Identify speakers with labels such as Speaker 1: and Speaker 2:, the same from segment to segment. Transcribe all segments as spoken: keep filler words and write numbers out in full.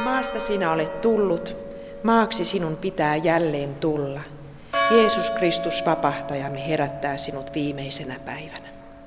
Speaker 1: Maasta sinä olet tullut, maaksi sinun pitää jälleen tulla. Jeesus Kristus vapahtajamme herättää sinut viimeisenä päivänä.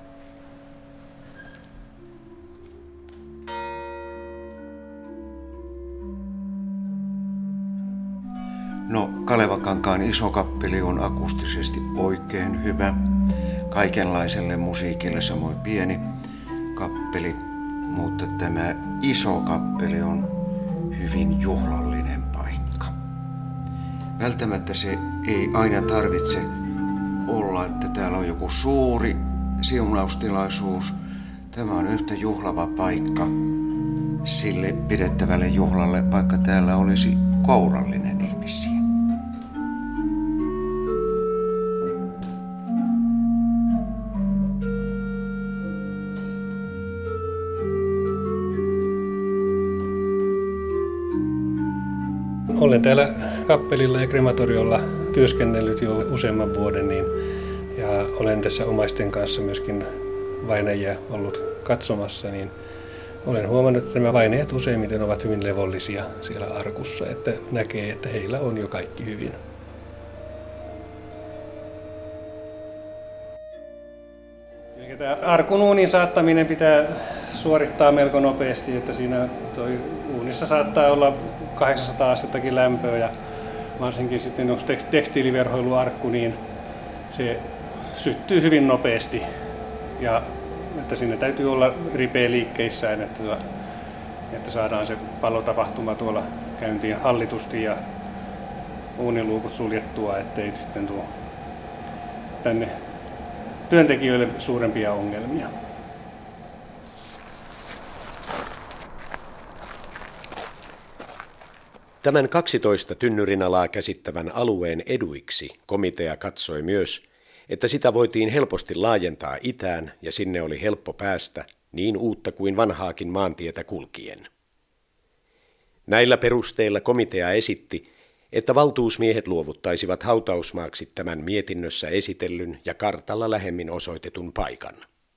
Speaker 2: No, Kalevakankaan iso kappeli on akustisesti oikein hyvä. Kaikenlaiselle musiikille samoin pieni kappeli, mutta tämä iso kappeli on hyvin juhlallinen paikka. Välttämättä se ei aina tarvitse olla, että täällä on joku suuri siunaustilaisuus. Tämä on yhtä juhlava paikka sille pidettävälle juhlalle, vaikka täällä olisi kourallinen ihmisiä.
Speaker 3: Olen täällä kappelilla ja krematoriolla työskennellyt jo useamman vuoden niin, ja olen tässä omaisten kanssa myöskin vainajia ollut katsomassa, niin olen huomannut, että nämä vainajat useimmiten ovat hyvin levollisia siellä arkussa, että näkee, että heillä on jo kaikki hyvin. Eli tämä arkun uunin saattaminen pitää suorittaa melko nopeasti, että siinä toi uunissa saattaa olla kahdeksansataa astettakin lämpöä ja varsinkin sitten jos tekstiiliverhoiluarkku, niin se syttyy hyvin nopeasti ja että siinä täytyy olla ripeä liikkeissään, että, että saadaan se palotapahtuma tuolla käyntiin hallitusti ja uuniluukut suljettua, ettei sitten tule tänne työntekijöille suurempia ongelmia.
Speaker 4: Tämän kaksitoista tynnyrinalaa käsittävän alueen eduiksi komitea katsoi myös, että sitä voitiin helposti laajentaa itään ja sinne oli helppo päästä niin uutta kuin vanhaakin maantietä kulkien. Näillä perusteilla komitea esitti, että valtuusmiehet luovuttaisivat hautausmaaksi tämän mietinnössä esitellyn ja kartalla lähemmin osoitetun paikan.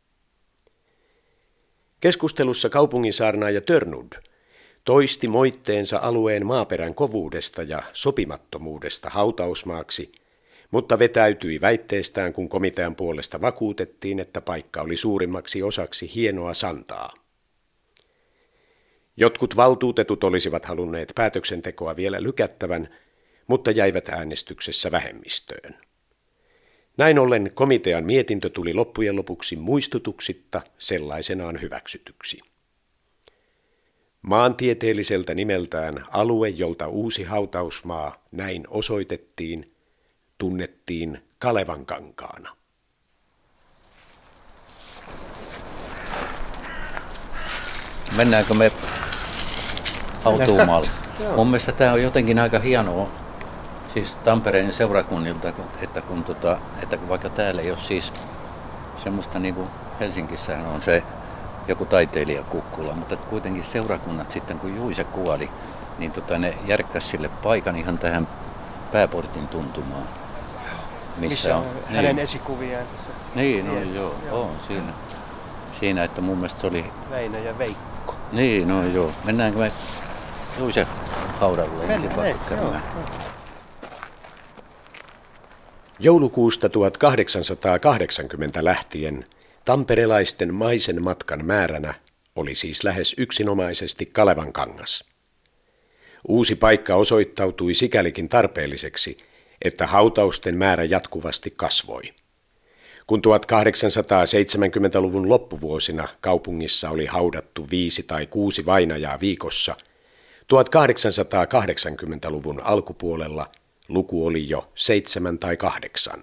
Speaker 4: Keskustelussa kaupunginsaarnaaja Törnud toisti moitteensa alueen maaperän kovuudesta ja sopimattomuudesta hautausmaaksi, mutta vetäytyi väitteestään, kun komitean puolesta vakuutettiin, että paikka oli suurimmaksi osaksi hienoa santaa. Jotkut valtuutetut olisivat halunneet päätöksentekoa vielä lykättävän, mutta jäivät äänestyksessä vähemmistöön. Näin ollen komitean mietintö tuli loppujen lopuksi muistutuksitta sellaisenaan hyväksytyksi. Maantieteelliseltä nimeltään alue, jolta uusi hautausmaa näin osoitettiin, tunnettiin Kalevankankaana.
Speaker 5: Mennäänkö me hautuumaalle? Mun mielestä tämä on jotenkin aika hienoa, siis Tampereen seurakunnilta, että kun, tota, että kun vaikka täällä ei ole siis semmoista niin kuin Helsingissähän on se joku taiteilijakukkula, mutta kuitenkin seurakunnat sitten kun Juise kuoli, niin tota, ne järkkäsi sille paikan ihan tähän pääportin tuntumaan.
Speaker 6: Missä, missä on, on hänen niin, esikuviaan tässä.
Speaker 5: Niin, no joo, joo, on siinä. Siinä, että mun mielestä se oli Väinö
Speaker 6: ja Veikko.
Speaker 5: Niin, no joo. Mennäänkö me Juise haudalle ensin vaikka käymään?
Speaker 4: Joulukuusta tuhatkahdeksansataakahdeksankymmentä lähtien tamperelaisten maisen matkan määränä oli siis lähes yksinomaisesti Kalevankangas. Uusi paikka osoittautui sikälikin tarpeelliseksi, että hautausten määrä jatkuvasti kasvoi. Kun tuhatkahdeksansataaseitsemänkymmentäluvun loppuvuosina kaupungissa oli haudattu viisi tai kuusi vainajaa viikossa, tuhatkahdeksansataakahdeksankymmentäluvun alkupuolella luku oli jo seitsemän tai kahdeksan.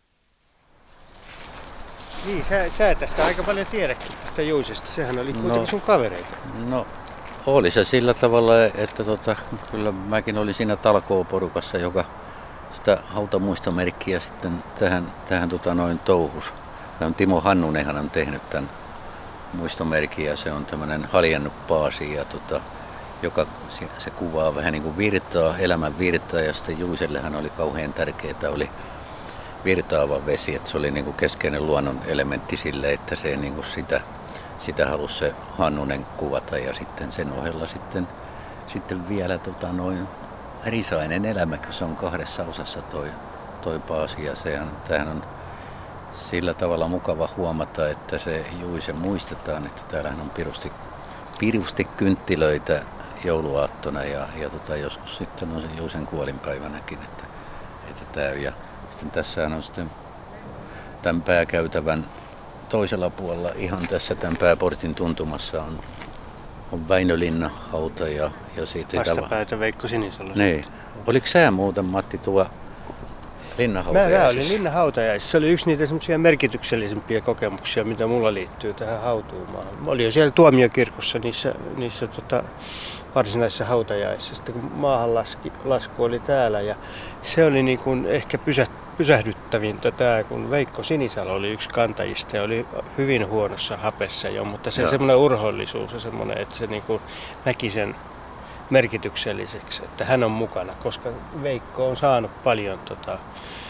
Speaker 6: Niin, sä, sä tästä aika paljon tiedäkin tästä Juisesta. Sehän oli kuitenkin no, sun kavereita.
Speaker 5: No, oli se sillä tavalla, että tota, kyllä mäkin olin siinä talkooporukassa, joka sitä hautamuistomerkkiä sitten tähän, tähän tota noin touhus. Tämä on Timo Hannunenhan on tehnyt tämän muistomerkin ja se on tämmöinen haljennut paasi, ja tota, joka se kuvaa vähän niin kuin virtaa, elämän virtaa, ja sitten Juisellehän oli kauhean tärkeää, oli virtaava vesi, että se oli niin kuin keskeinen luonnon elementti sille, että se niin kuin sitä, sitä halusi se Hannunen kuvata, ja sitten sen ohella sitten sitten vielä tota, noin Risainen elämä, kun se on kahdessa osassa toi, toi paasi. Ja sehän, tämähän on sillä tavalla mukava huomata, että se Juise muistetaan, että täällähän on pirusti, pirusti kynttilöitä jouluaattona ja, ja tota, joskus sitten on se Juisen kuolinpäivänäkin, että, että tämä, ja sitten tässähän on sitten tämän pääkäytävän toisella puolella, ihan tässä tämän pääportin tuntumassa on, on Väinölinna hauta ja, ja siitä
Speaker 6: vastapäätä Veikko Sinisalo.
Speaker 5: Niin. Oliko sä muuten, Matti, tuo linnanhautajaisissa?
Speaker 6: Mä, mä olin linnanhautajaisissa. Se oli yksi niitä semmoisia merkityksellisempiä kokemuksia, mitä mulla liittyy tähän hautuumaan. Mä olin jo siellä Tuomiokirkossa niissä, niissä tota, varsinaisissa hautajaisissa, sitten kun maahan laski, lasku oli täällä. Ja se oli niin kuin ehkä pysä, pysähdyttävintä tämä, kun Veikko Sinisalo oli yksi kantajista ja oli hyvin huonossa hapessa jo, mutta se semmoinen urhollisuus ja semmoinen, että se niin kuin näki sen merkitykselliseksi, että hän on mukana, koska Veikko on saanut paljon tota,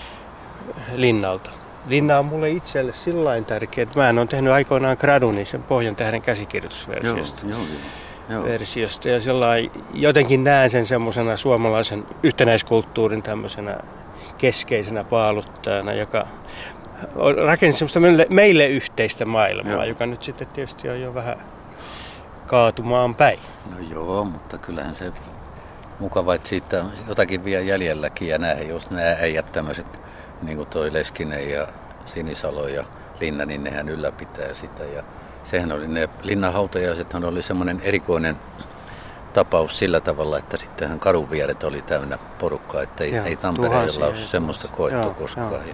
Speaker 6: linnalta. Linna on mulle itselle sillain tärkeä, että mä oon tehnyt aikoinaan graduni sen Pohjantähden käsikirjoitusversiosta. Joo, joo, joo. Versiosta, ja sillain, jotenkin näen sen semmoisena suomalaisen yhtenäiskulttuurin tämmöisenä keskeisenä paaluttajana, joka rakensi semmoista meille, meille yhteistä maailmaa, joo, joka nyt sitten tietysti on jo vähän kaatumaan päin.
Speaker 5: No joo, mutta kyllähän se mukava, että siitä on jotakin vielä jäljelläkin ja nämä, just nämä äijät tämmöiset, niin kuin toi Leskinen ja Sinisalo ja Linna, niin nehän ylläpitää sitä. Ja sehän oli, ne linnanhautajaisethan oli semmoinen erikoinen tapaus sillä tavalla, että sittenhän kadun vieret oli täynnä porukkaa, että ei, ei Tampereella ole semmoista koettu joo, koskaan. Joo. Ja,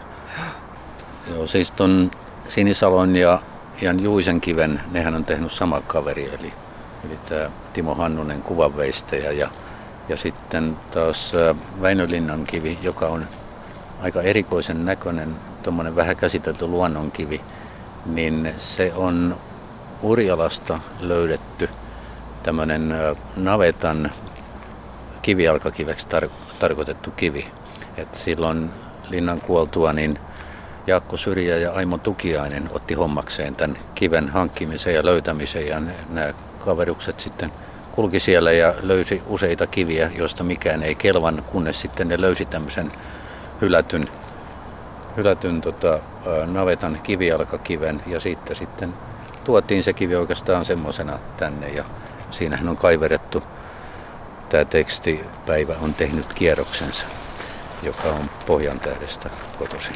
Speaker 5: joo, siis ton Sinisalon ja Jan Juisenkiven, nehän on tehnyt sama kaveri, eli, eli tämä Timo Hannunen kuvanveistäjä ja, ja sitten taas Väinölinnan kivi, joka on aika erikoisen näköinen, tuommoinen vähän käsitelty luonnonkivi, niin se on Urjalasta löydetty tämmöinen navetan kivijalkakiveksi tar- tarkoitettu kivi. Et silloin Linnan kuoltua niin Jaakko Syrjä ja Aimo Tukiainen otti hommakseen tämän kiven hankkimisen ja löytämisen, ja nämä kaverukset sitten kulki siellä ja löysi useita kiviä, joista mikään ei kelvannut, kunnes sitten ne löysi tämmöisen hylätyn, hylätyn tota, navetan kivijalkakiven, ja siitä sitten tuotiin se kivi oikeastaan semmoisena tänne, ja siinähän on kaiverettu tämä teksti, päivä on tehnyt kierroksensa, joka on Pohjantähdestä kotoisin.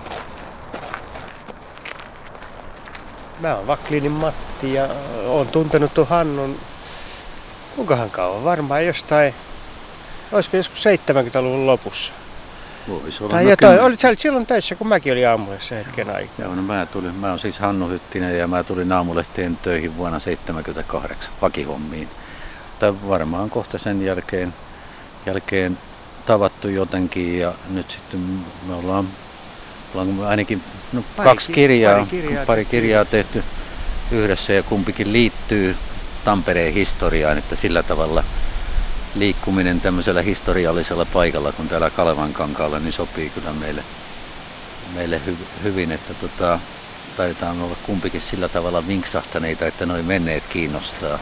Speaker 6: Mä oon Waklinin Matti ja oon tuntenut tuon Hannun, kuinkahan kauan, varmaan jostain, olisiko joskus seitsemänkymmentäluvun lopussa.
Speaker 5: Voisi olla.
Speaker 6: Tai jotain, olit sä olit silloin töissä, kun mäkin olin Aamulehti hetken aikaa.
Speaker 5: Joo, no mä tulin, mä oon siis Hannu Hyttinen ja mä tulin Aamulehteen töihin vuonna seitsemänkymmentäkahdeksan vakihommiin. Tai varmaan kohta sen jälkeen, jälkeen tavattu jotenkin, ja nyt sitten me ollaan, ollaan ainakin no, pari, kaksi kirjaa, pari kirjaa, pari kirjaa tehty yhdessä, ja kumpikin liittyy Tampereen historiaan, että sillä tavalla liikkuminen tämmöisellä historiallisella paikalla kuin täällä Kalevankankaalla niin sopii kyllä meille, meille hy- hyvin, että tota, taidetaan olla kumpikin sillä tavalla vinksahtaneita, että noi menneet kiinnostaa.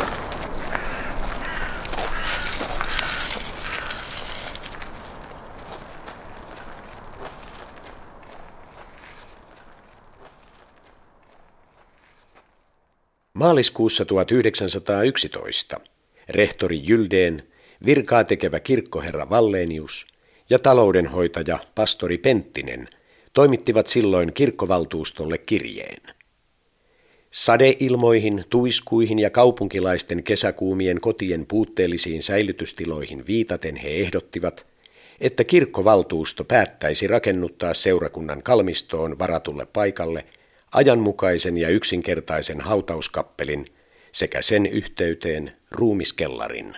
Speaker 4: Maaliskuussa tuhatyhdeksänsataayksitoista rehtori Gyldén, virkaa tekevä kirkkoherra Wallenius ja taloudenhoitaja pastori Penttinen toimittivat silloin kirkkovaltuustolle kirjeen. Sadeilmoihin, tuiskuihin ja kaupunkilaisten kesäkuumien kotien puutteellisiin säilytystiloihin viitaten he ehdottivat, että kirkkovaltuusto päättäisi rakennuttaa seurakunnan kalmistoon varatulle paikalle ajanmukaisen ja yksinkertaisen hautauskappelin sekä sen yhteyteen ruumiskellarin.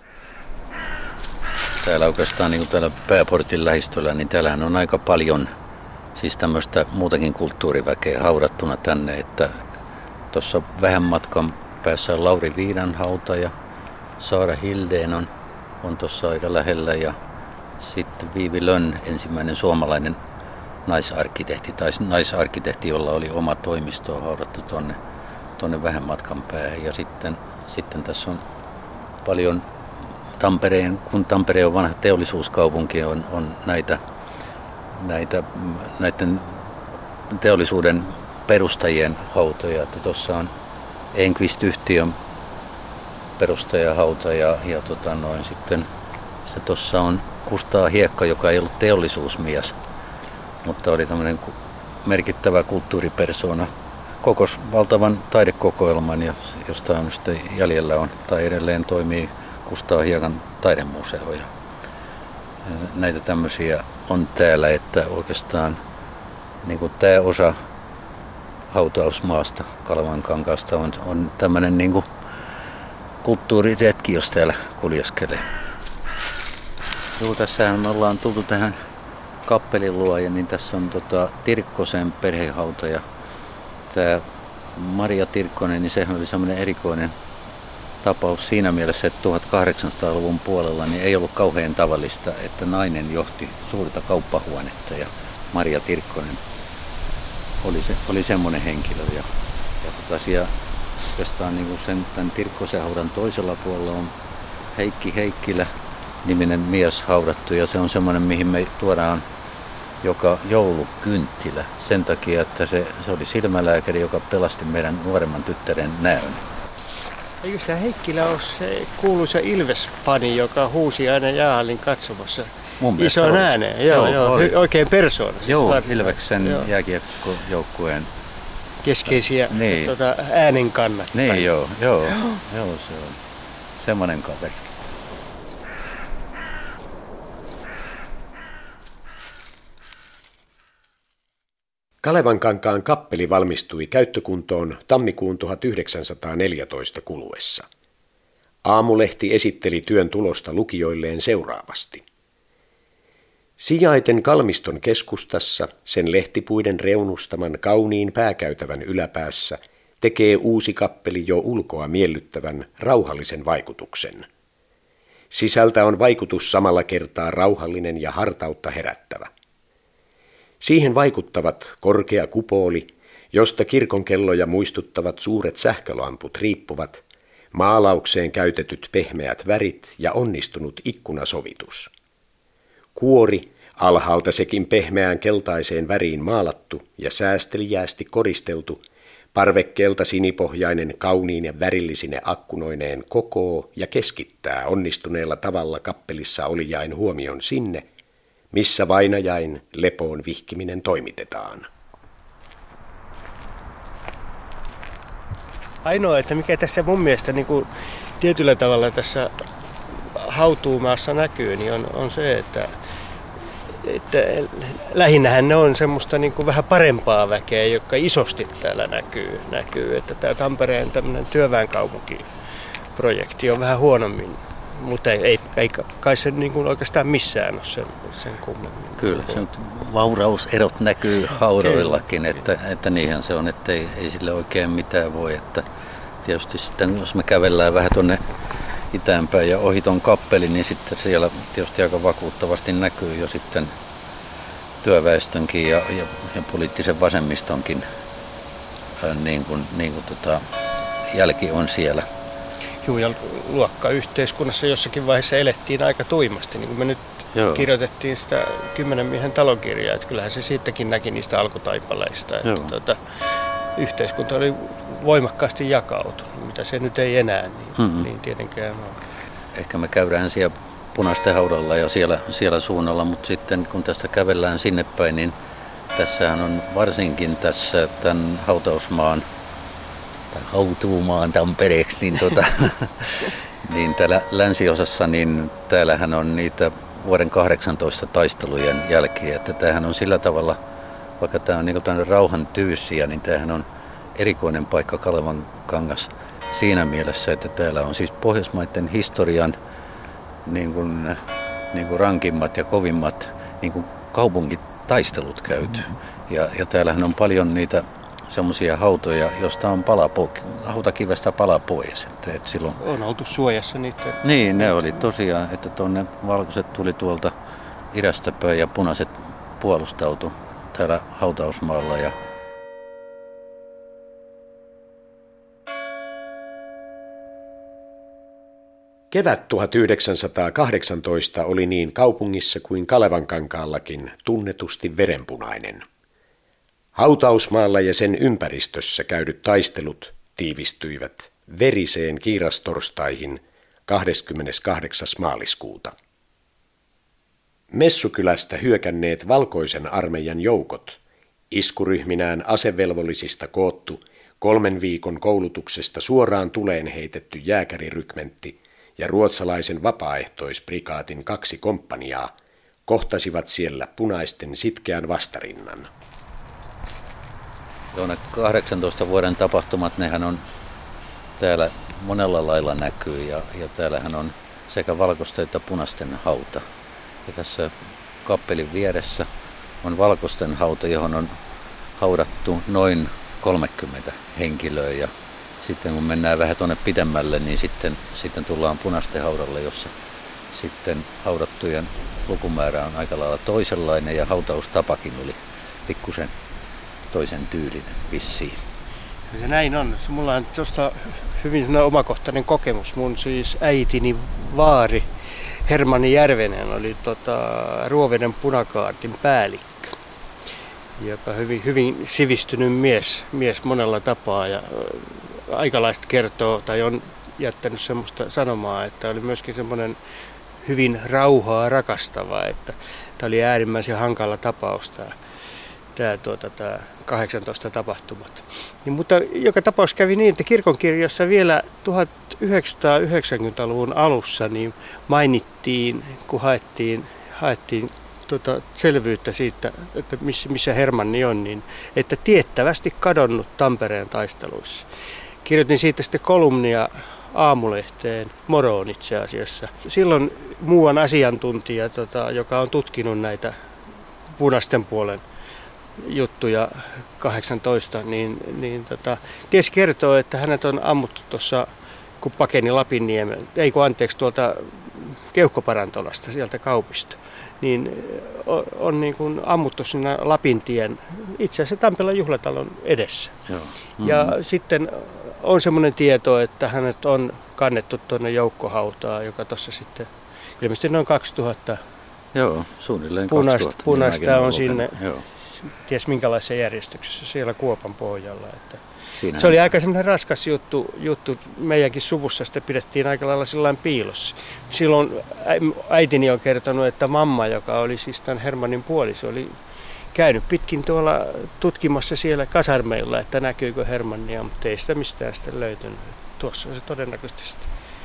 Speaker 5: Täällä oikeastaan niin kuin täällä pääportin lähistöllä, niin täällähän on aika paljon siis tämmöistä muutakin kulttuuriväkeä haudattuna tänne, että tuossa vähän matkan päässä on Lauri Viidan hauta ja Saara Hildén on, on tuossa aika lähellä, ja sitten Viivi Lönn, ensimmäinen suomalainen naisarkkitehti tai naisarkkitehti, jolla oli oma toimisto, haudattu tuonne tonne vähän matkan päähän. Ja sitten, sitten tässä on paljon Tampereen, kun Tampere on vanha teollisuuskaupunki, on, on näitä, näitä näiden teollisuuden perustajien hautoja. Tuossa on Enqvist-yhtiön perustajahauta ja, ja tota noin, sitten tuossa on Kustaa Hiekka, joka ei ollut teollisuusmies, mutta oli tämmöinen merkittävä kulttuuripersona. Kokos valtavan taidekokoelman, ja josta on sitten jäljellä on, tai edelleen toimii Kustaa Hiekan taidemuseo. Ja näitä tämmöisiä on täällä, että oikeastaan niin kuin tämä osa hautausmaasta, Kalevankankaasta, on, on tämmöinen niin kuin kulttuuriretki, jos täällä kuljeskelee. Joo, tässähän me ollaan tultu tähän kappelin luo, ja niin tässä on tota Tirkkosen perhehauta, ja tämä Maria Tirkkonen, niin sehän oli semmoinen erikoinen tapaus siinä mielessä, että tuhatkahdeksansataaluvun puolella niin ei ollut kauhean tavallista, että nainen johti suurta kauppahuonetta, ja Maria Tirkkonen oli, se, oli semmoinen henkilö. Ja, ja tosiaan oikeastaan niin kuin sen, tämän Tirkkosen haudan toisella puolella on Heikki Heikkilä niminen mies haudattu, ja se on semmoinen, mihin me tuodaan joka joulu kynttilä sen takia, että se, se oli silmälääkäri, joka pelasti meidän nuoremman tyttären näön.
Speaker 6: Eikö tämä Heikkilä ole se kuuluisa Ilves-fani, joka huusi aina jäähallin katsomassa ison ääneen? Joo, joo, joo, oikein persoona.
Speaker 5: Joo, Ilveksen jääkiekkojoukkueen
Speaker 6: keskeisiä
Speaker 5: niin.
Speaker 6: tuota, äänen kannattajia.
Speaker 5: Niin, joo, joo, joo, se on semmoinen kaveri.
Speaker 4: Kalevankankaan kappeli valmistui käyttökuntoon tammikuun tuhatyhdeksänsataaneljätoista kuluessa. Aamulehti esitteli työn tulosta lukijoilleen seuraavasti. Sijaiten Kalmiston keskustassa, sen lehtipuiden reunustaman kauniin pääkäytävän yläpäässä, tekee uusi kappeli jo ulkoa miellyttävän, rauhallisen vaikutuksen. Sisältä on vaikutus samalla kertaa rauhallinen ja hartautta herättävä. Siihen vaikuttavat korkea kupooli, josta kirkonkelloja muistuttavat suuret sähkölamput riippuvat, maalaukseen käytetyt pehmeät värit ja onnistunut ikkunasovitus. Kuori, alhaalta sekin pehmeään keltaiseen väriin maalattu ja säästeliäästi koristeltu, parvekkeelta sinipohjainen kauniin ja värillisine akkunoineen kokoo ja keskittää onnistuneella tavalla kappelissa olijain huomion sinne, missä vainajain lepoon vihkiminen toimitetaan.
Speaker 6: Ainoa, että mikä tässä mun mielestä niin kuin tietyllä tavalla tässä hautuumaassa näkyy, niin on, on se, että, että lähinnähän ne on semmoista niin kuin vähän parempaa väkeä, joka isosti täällä näkyy. näkyy. Että tämä Tampereen tämmöinen työväenkaupunkiprojekti on vähän huonommin. Mutta ei, ei, ei kai se niin kuin oikeastaan missään ole sen, sen kummemmin.
Speaker 5: Kyllä, se vaurauserot näkyy haudoillakin, että, että niinhän se on, että ei, ei sille oikein mitään voi. Että tietysti sitten, jos me kävellään vähän tuonne itäänpäin ja ohi ton kappelin, niin sitten siellä tietysti aika vakuuttavasti näkyy jo sitten työväestönkin ja, ja, ja poliittisen vasemmistonkin ää, niin kuin, niin kuin tota, jälki on siellä.
Speaker 6: Joo, ja luokkayhteiskunnassa jossakin vaiheessa elettiin aika tuimasti, niin kuin me nyt Joo. kirjoitettiin sitä kymmenen miehen talokirjaa, että kyllähän se siitäkin näki niistä alkutaipaleista, että tuota, yhteiskunta oli voimakkaasti jakautunut, mitä se nyt ei enää niin, mm-hmm. niin tietenkään ole.
Speaker 5: Ehkä me käydään siellä Punaisten haudalla ja siellä, siellä suunnalla, mutta sitten kun tästä kävellään sinne päin, niin tässähän on varsinkin tässä tämän hautausmaan hautuumaan Tampereeksi, niin, tuota, niin täällä länsiosassa, niin täällähän on niitä vuoden kahdeksantoista taistelujen jälkiä, että tämähän on sillä tavalla, vaikka tämä on niin kuin rauhan tyyssiä, niin tämähän on erikoinen paikka Kalevankangas siinä mielessä, että täällä on siis Pohjoismaiden historian niin kuin, niin kuin rankimmat ja kovimmat niin kuin kaupunkitaistelut käyty. Ja, ja täällähän on paljon niitä semmoisia hautoja, josta on pala po- hautakivestä pala pois. Että, et silloin...
Speaker 6: On oltu suojassa niitä.
Speaker 5: Niin, ne oli tosiaan, että tuonne valkoiset tuli tuolta idästä päin ja punaiset puolustautu täällä hautausmaalla. Ja...
Speaker 4: Kevät tuhatyhdeksänsataakahdeksantoista oli niin kaupungissa kuin Kalevankankaallakin tunnetusti verenpunainen. Hautausmaalla ja sen ympäristössä käydyt taistelut tiivistyivät veriseen kiirastorstaihin kahdeskymmeneskahdeksas maaliskuuta. Messukylästä hyökänneet valkoisen armeijan joukot, iskuryhminään asevelvollisista koottu, kolmen viikon koulutuksesta suoraan tuleen heitetty jääkärirykmentti ja ruotsalaisen vapaaehtoisprikaatin kaksi komppaniaa kohtasivat siellä punaisten sitkeän vastarinnan.
Speaker 5: Joo, ne kahdeksantoista vuoden tapahtumat, nehän on täällä monella lailla näkyy ja, ja täällähän on sekä valkoisten että punaisten hauta. Ja tässä kappelin vieressä on valkoisten hauta, johon on haudattu noin kolmekymmentä henkilöä ja sitten kun mennään vähän tuonne pidemmälle, niin sitten, sitten tullaan punaisten haudalle, jossa sitten haudattujen lukumäärä on aika lailla toisenlainen ja hautaustapakin oli pikkusen toisen tyylinen vissiin.
Speaker 6: Ja näin on. Mulla on tuosta hyvin omakohtainen kokemus. Mun siis äitini vaari Hermanni Järvenen oli tota, Ruoveden punakaartin päällikkö, joka hyvin, hyvin sivistynyt mies, mies monella tapaa. Ja aikalaiset kertoo tai on jättänyt semmoista sanomaa, että oli myöskin semmoinen hyvin rauhaa rakastava, että tämä oli äärimmäisen hankala tapaus tämä. Tämä, tuota, tämä kahdeksantoista tapahtumat. Niin, mutta joka tapaus kävi niin, että kirkonkirjossa vielä tuhatyhdeksänsataayhdeksänkymmentäluvun alussa niin mainittiin, kun haettiin, haettiin tuota, selvyyttä siitä, että missä, missä Hermanni on, niin, että tiettävästi kadonnut Tampereen taisteluissa. Kirjoitin siitä sitten kolumnia Aamulehteen, Moroon itse asiassa. Silloin muuan asiantuntija, tota, joka on tutkinut näitä punaisten puolen juttuja kahdeksantoista, niin, niin tota, ties kertoo, että hänet on ammuttu tuossa, kun pakeni Lapinniemen, ei kun anteeksi tuolta Keuhkoparantolasta sieltä kaupista, niin on, on niin kuin ammuttu siinä Lapintien, itse asiassa Tampelan juhlatalon edessä. Joo. Mm-hmm. Ja sitten on semmoinen tieto, että hänet on kannettu tuonne joukkohautaan, joka tuossa sitten ilmeisesti noin kaksituhatta. Joo, suunnilleen punaista, kaksituhatta. Punaista on sinne. Joo. Ties minkälaisessa järjestyksessä siellä Kuopan pohjalla. Että se oli aika semmoinen raskas juttu, juttu. Meidänkin suvussa sitä pidettiin aika lailla sillain piilossa. Silloin äitini on kertonut, että mamma, joka oli siis tämän Hermannin puoliso, oli käynyt pitkin tuolla tutkimassa siellä kasarmeilla, että näkyykö Hermannia, mutta ei sitä mistään sitten löytynyt. Tuossa se todennäköisesti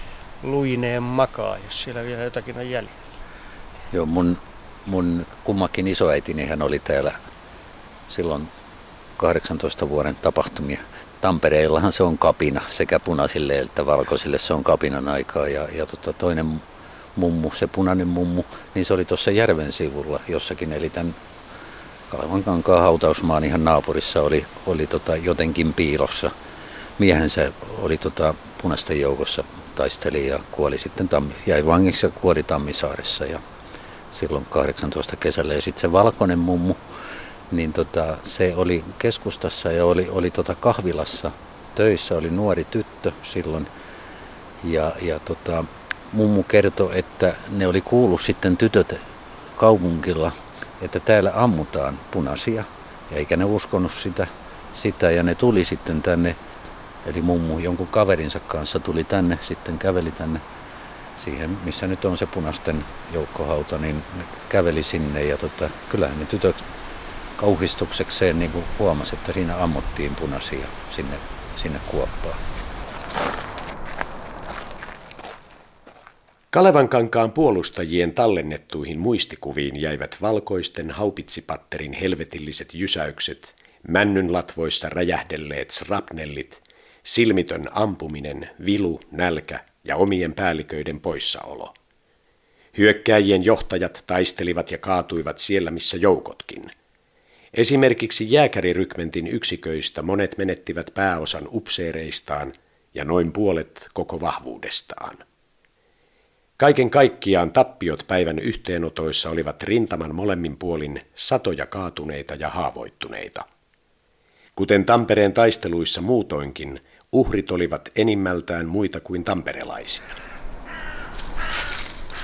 Speaker 6: luineen makaa, jos siellä vielä jotakin on jäljellä.
Speaker 5: Joo, mun, mun kummakin isoäitini hän oli täällä silloin kahdeksantoista vuoden tapahtumia. Tampereellahan se on kapina, sekä punaisille että valkoisille se on kapinan aikaa. Ja, ja tota, toinen mummu, se punainen mummu, niin se oli tuossa järven sivulla jossakin, eli tämän Kalevankankaan hautausmaan ihan naapurissa oli, oli tota jotenkin piilossa. Miehensä oli tota punaisten joukossa, taisteli ja kuoli sitten, tammi, jäi vangiksi ja kuoli Tammisaaressa ja silloin kahdeksantoista kesällä. Ja sitten se valkoinen mummu, niin tota, se oli keskustassa ja oli, oli tota kahvilassa töissä, oli nuori tyttö silloin. Ja, ja tota, mummu kertoi, että ne oli kuullut sitten tytöt kaupungilla, että täällä ammutaan punaisia, eikä ne uskonut sitä, sitä ja ne tuli sitten tänne, eli mummu jonkun kaverinsa kanssa tuli tänne, sitten käveli tänne siihen, missä nyt on se punaisten joukkohauta, niin ne käveli sinne ja tota, kyllähän ne tytöt kauhistuksekseen niin kuin huomasi, että siinä ammuttiin punaisia sinne, sinne kuoppaan.
Speaker 4: Kalevankankaan puolustajien tallennettuihin muistikuviin jäivät valkoisten haupitsipatterin helvetilliset jysäykset, männynlatvoissa räjähdelleet srapnellit, silmitön ampuminen, vilu, nälkä ja omien päälliköiden poissaolo. Hyökkääjien johtajat taistelivat ja kaatuivat siellä, missä joukotkin. Esimerkiksi jääkärirykmentin yksiköistä monet menettivät pääosan upseereistaan ja noin puolet koko vahvuudestaan. Kaiken kaikkiaan tappiot päivän yhteenotoissa olivat rintaman molemmin puolin satoja kaatuneita ja haavoittuneita. Kuten Tampereen taisteluissa muutoinkin, uhrit olivat enimmältään muita kuin tamperelaisia.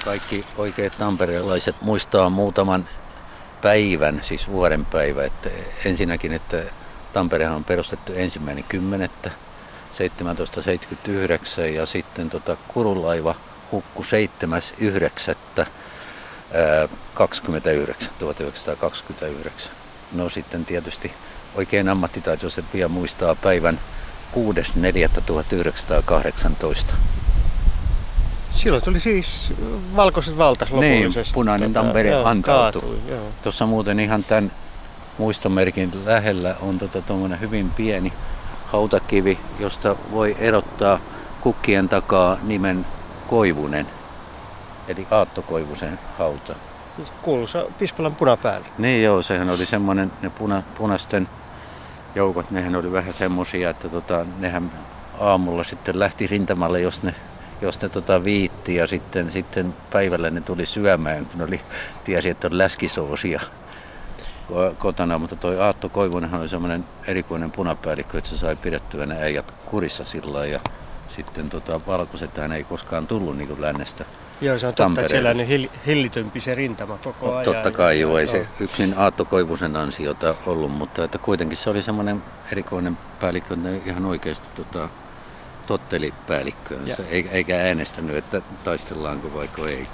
Speaker 5: kaikki oikeat tamperelaiset muistaa muutaman päivän, siis vuodenpäivä. Että ensinnäkin, että Tamperehan on perustettu ensimmäinen kymmenettä seitsemäntoistasataaseitsemänkymmentäyhdeksän ja sitten tota, Kurulaiva hukkui seitsemäs yhdeksättä kaksikymmentäyhdeksän, tuhatyhdeksänsataakaksikymmentäyhdeksän. No sitten tietysti oikein ammattitaitoiset vielä muistaa päivän kuudes neljättä tuhatyhdeksänsataakahdeksantoista.
Speaker 6: Silloin tuli siis valkoiset valtat lopullisesti.
Speaker 5: Niin, punainen
Speaker 6: tota,
Speaker 5: Tampere
Speaker 6: joo,
Speaker 5: antautui.
Speaker 6: kaatui, joo.
Speaker 5: Tuossa muuten ihan tämän muistomerkin lähellä on tota tuommoinen hyvin pieni hautakivi, josta voi erottaa kukkien takaa nimen Koivunen, eli Aatto Koivusen hauta.
Speaker 6: Kuuluisa Pispalan punapäällikkö.
Speaker 5: Niin joo, sehän oli semmoinen, ne puna, punaisten joukot, nehän oli vähän semmoisia, että tota, nehän aamulla sitten lähti rintamalle, jos ne, jos ne tota viitti ja sitten, sitten päivällä ne tuli syömään, kun oli, tiesi, että on läskisoosia kotona, mutta toi Aatto Koivunenhan oli semmoinen erikoinen punapäällikkö, että se sai pidettyä ne äijät kurissa sillä ja sitten tota, valkoiset hän ei koskaan tullut niin kuin lännestä.
Speaker 6: Joo, se on totta, että siellä on hillitympi se rintama koko ajan.
Speaker 5: Totta kai joo, ei se yksin Aatto Koivusen ansiota ollut, mutta että kuitenkin se oli semmoinen erikoinen päällikkö, että ihan oikeasti tota, totteli päällikköönsä, eikä äänestänyt, että taistellaanko vaikka ei.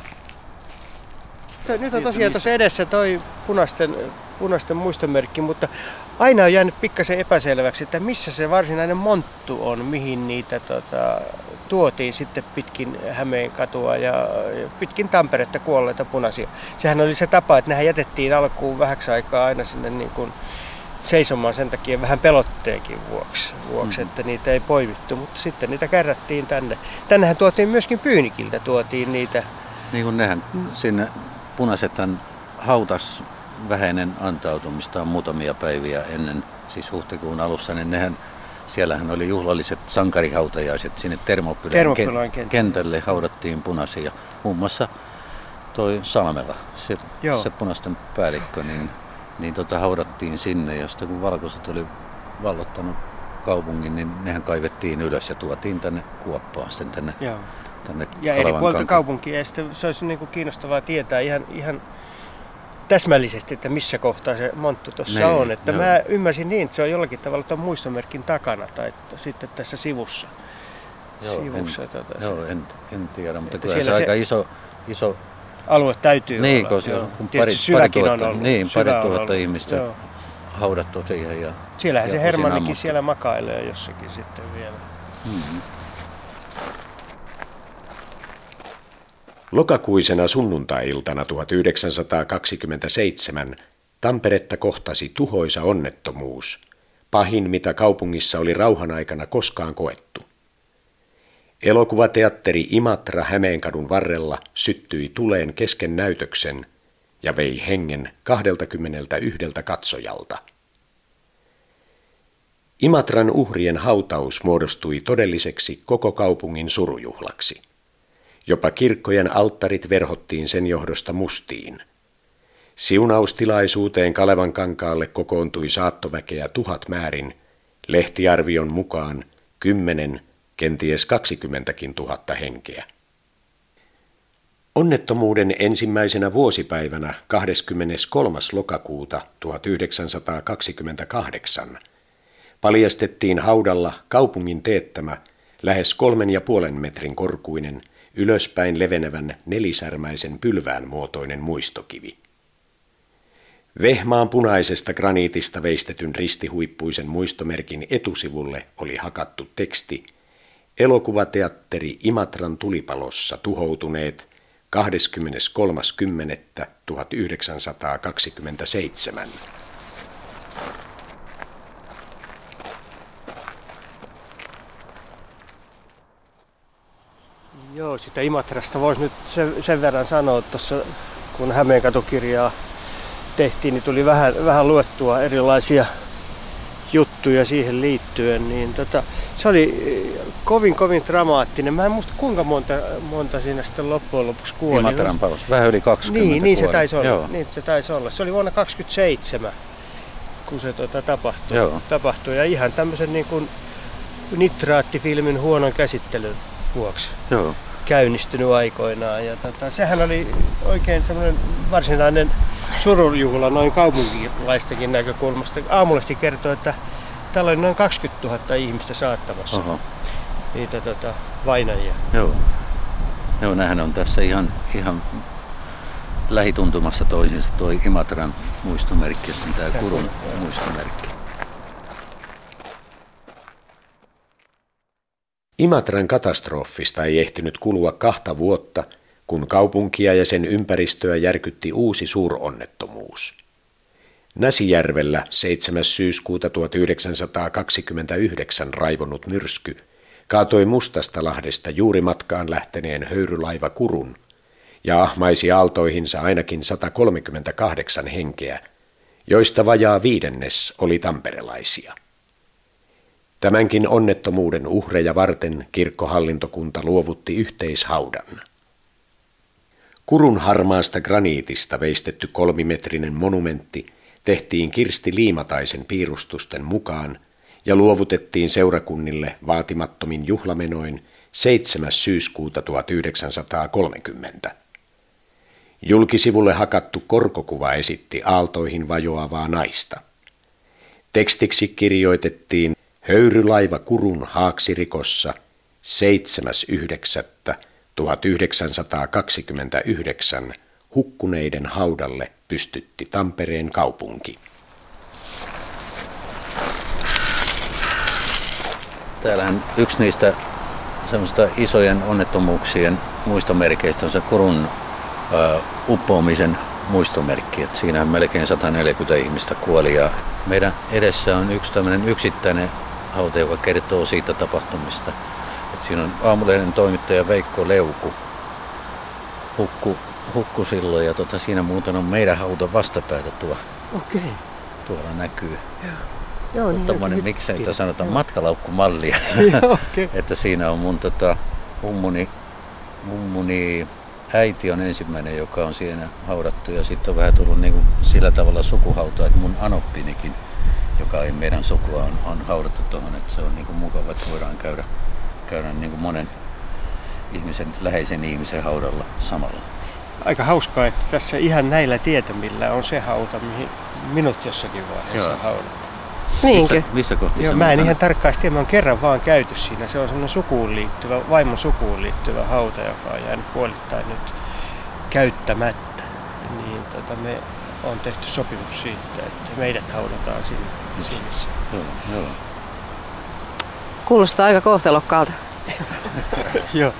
Speaker 6: Nyt on tosiaan tuossa edessä toi punaisten, punaisten muistomerkki, mutta aina on jäänyt pikkasen epäselväksi, että missä se varsinainen monttu on, mihin niitä tota, tuotiin sitten pitkin Hämeenkatua ja, ja pitkin Tamperetta kuolleita punaisia. Sehän oli se tapa, että nehän jätettiin alkuun vähäksi aikaa aina sinne niin kuin seisomaan sen takia vähän pelotteenkin vuoksi, vuoksi mm-hmm. että niitä ei poimittu, mutta sitten niitä kärrättiin tänne. Tännehän tuotiin myöskin Pyynikiltä, tuotiin niitä.
Speaker 5: Niin kuin nehän sinne punaisethan hautas vähäinen antautumistaan muutamia päiviä ennen, siis huhtikuun alussa, niin nehän, siellähän oli juhlalliset sankarihautajaiset sinne Termopylän kentälle. kentälle haudattiin punaisia. Muun muassa toi Salmela, se, se punaisten päällikkö, niin, niin tota, haudattiin sinne ja sitten kun valkoiset oli vallottanut kaupungin, niin nehän kaivettiin ylös ja tuotiin tänne kuoppaan sitten tänne. Joo.
Speaker 6: Ja eri puolilta kaupunkia, ja sitten se olisi niin kuin kiinnostavaa tietää ihan, ihan täsmällisesti, että missä kohtaa se monttu tuossa on. Että mä ymmärsin niin, että se on jollakin tavalla tuon muistomerkin takana tai sitten tässä sivussa.
Speaker 5: Joo,
Speaker 6: sivussa
Speaker 5: en,
Speaker 6: tuota,
Speaker 5: joo en, en tiedä, mutta kyllä se aika iso, iso
Speaker 6: alue täytyy
Speaker 5: niin,
Speaker 6: olla.
Speaker 5: Niin, kun pari, pari tuhatta, niin, pari tuhatta ihmistä joo. haudattu siihen. Ja,
Speaker 6: siellähän
Speaker 5: ja
Speaker 6: se Hermannikin siellä makailee jossakin sitten vielä. Hmm.
Speaker 4: Lokakuisena sunnuntai-iltana tuhatyhdeksänsataakaksikymmentäseitsemän Tamperetta kohtasi tuhoisa onnettomuus, pahin mitä kaupungissa oli rauhan aikana koskaan koettu. Elokuvateatteri Imatra Hämeenkadun varrella syttyi tuleen kesken näytöksen ja vei hengen kaksikymmentäyksi katsojalta. Imatran uhrien hautaus muodostui todelliseksi koko kaupungin surujuhlaksi. Jopa kirkkojen alttarit verhottiin sen johdosta mustiin. Siunaustilaisuuteen Kalevankankaalle kokoontui saattoväkeä tuhat määrin, lehtiarvion mukaan kymmenen, kenties kaksikymmentäkin tuhatta henkeä. Onnettomuuden ensimmäisenä vuosipäivänä kahdeskymmeneskolmas lokakuuta tuhatyhdeksänsataakaksikymmentäkahdeksan paljastettiin haudalla kaupungin teettämä lähes kolmen ja puolen metrin korkuinen ylöspäin levenevän nelisärmäisen pylvään muotoinen muistokivi. Vehmaan punaisesta graniitista veistetyn ristihuippuisen muistomerkin etusivulle oli hakattu teksti Elokuvateatteri Imatran tulipalossa tuhoutuneet kahdeskymmeneskolmas kymmenettä tuhatyhdeksänsataakaksikymmentäseitsemän.
Speaker 6: Joo, sitä Imatrasta voisi nyt sen, sen verran sanoa, tuossa kun Hämeenkatukirjaa tehtiin, niin tuli vähän, vähän luettua erilaisia juttuja siihen liittyen, niin tota, se oli kovin kovin dramaattinen. Mä en muista kuinka monta, monta siinä sitten loppujen lopuksi kuoli.
Speaker 5: Imatran palossa, vähän yli kaksikymmentä
Speaker 6: Niin, niin se taisi olla.
Speaker 5: Joo.
Speaker 6: Niin se taisi olla. Se oli vuonna kaksikymmentäseitsemän, kun se tota, tapahtui. Joo. tapahtui. Ja ihan tämmöisen niin kuin nitraattifilmin huonon käsittelyn vuoksi.
Speaker 5: Joo.
Speaker 6: käynnistynyt aikoinaan. Ja tota, sehän oli oikein semmoinen varsinainen surujuhla noin kaupunkilaistakin näkökulmasta. Aamulehti kertoo, että täällä oli noin kaksikymmentätuhatta ihmistä saattamassa Oho. niitä tota, vainajia.
Speaker 5: Joo. Joo, nämähän on tässä ihan, ihan lähituntumassa toisinsa toi Imatran muistomerkki ja sitten tämä Kurun muistomerkki.
Speaker 4: Imatran katastrofista ei ehtinyt kulua kahta vuotta, kun kaupunkia ja sen ympäristöä järkytti uusi suuronnettomuus. Näsijärvellä seitsemäs syyskuuta tuhatyhdeksänsataakaksikymmentäyhdeksän raivonut myrsky kaatoi Mustastalahdesta juuri matkaan lähteneen höyrylaiva Kurun ja ahmaisi aaltoihinsa ainakin sata kolmekymmentäkahdeksan henkeä, joista vajaa viidennes oli tamperelaisia. Tämänkin onnettomuuden uhreja varten kirkkohallintokunta luovutti yhteishaudan. Kurun harmaasta graniitista veistetty kolmimetrinen monumentti tehtiin Kirsti Liimataisen piirustusten mukaan ja luovutettiin seurakunnille vaatimattomin juhlamenoin seitsemäs syyskuuta tuhatyhdeksänsataakolmekymmentä. Julkisivulle hakattu korkokuva esitti aaltoihin vajoavaa naista. Tekstiksi kirjoitettiin Höyrylaiva Kurun haaksirikossa seitsemäs yhdeksättä tuhatyhdeksänsataakaksikymmentäyhdeksän hukkuneiden haudalle pystytti Tampereen kaupunki.
Speaker 5: Täällähän yksi niistä semmoista isojen onnettomuuksien muistomerkeistä on se Kurun uh, uppoamisen muistomerkki. Et siinähän melkein sata neljäkymmentä ihmistä kuoli ja meidän edessä on yksi tämmöinen yksittäinen hauta, joka kertoo siitä tapahtumista. Et siinä on Aamulehden toimittaja Veikko Leuku hukku, hukku silloin ja tota, siinä muuten on meidän hauta vastapäätä tuo.
Speaker 6: Okei.
Speaker 5: Tuolla näkyy.
Speaker 6: Joo. Joo, niin
Speaker 5: tommoinen, miksei sitä sanotaan, matkalaukkumallia.
Speaker 6: Okay.
Speaker 5: Että siinä on mun tota, mummuni, mummuni äiti on ensimmäinen, joka on siinä haudattu ja sitten on vähän tullut niin kuin sillä tavalla sukuhauta, että mun anoppinikin, joka ei meidän sukua, on, on haudattu tuohon, että se on niin kuin mukava, että voidaan käydä, käydä niin kuin monen ihmisen, läheisen ihmisen haudalla samalla.
Speaker 6: Aika hauskaa, että tässä ihan näillä tietämillä on se hauta, mihin minut jossakin vaiheessa Joo. haudattu.
Speaker 5: Missä, missä kohti
Speaker 6: Joo, mä en ihan tarkkaan tiedä, mä oon kerran vaan käyty siinä. Se on semmoinen sukuun liittyvä, vaimon sukuun liittyvä hauta, joka on jäänyt puolittain nyt käyttämättä. Niin tota, me on tehty sopimus siitä, että meidät haudataan sinne. sinne.
Speaker 5: Joo, joo.
Speaker 7: Kuulostaa aika kohtalokkaalta.
Speaker 6: Joo.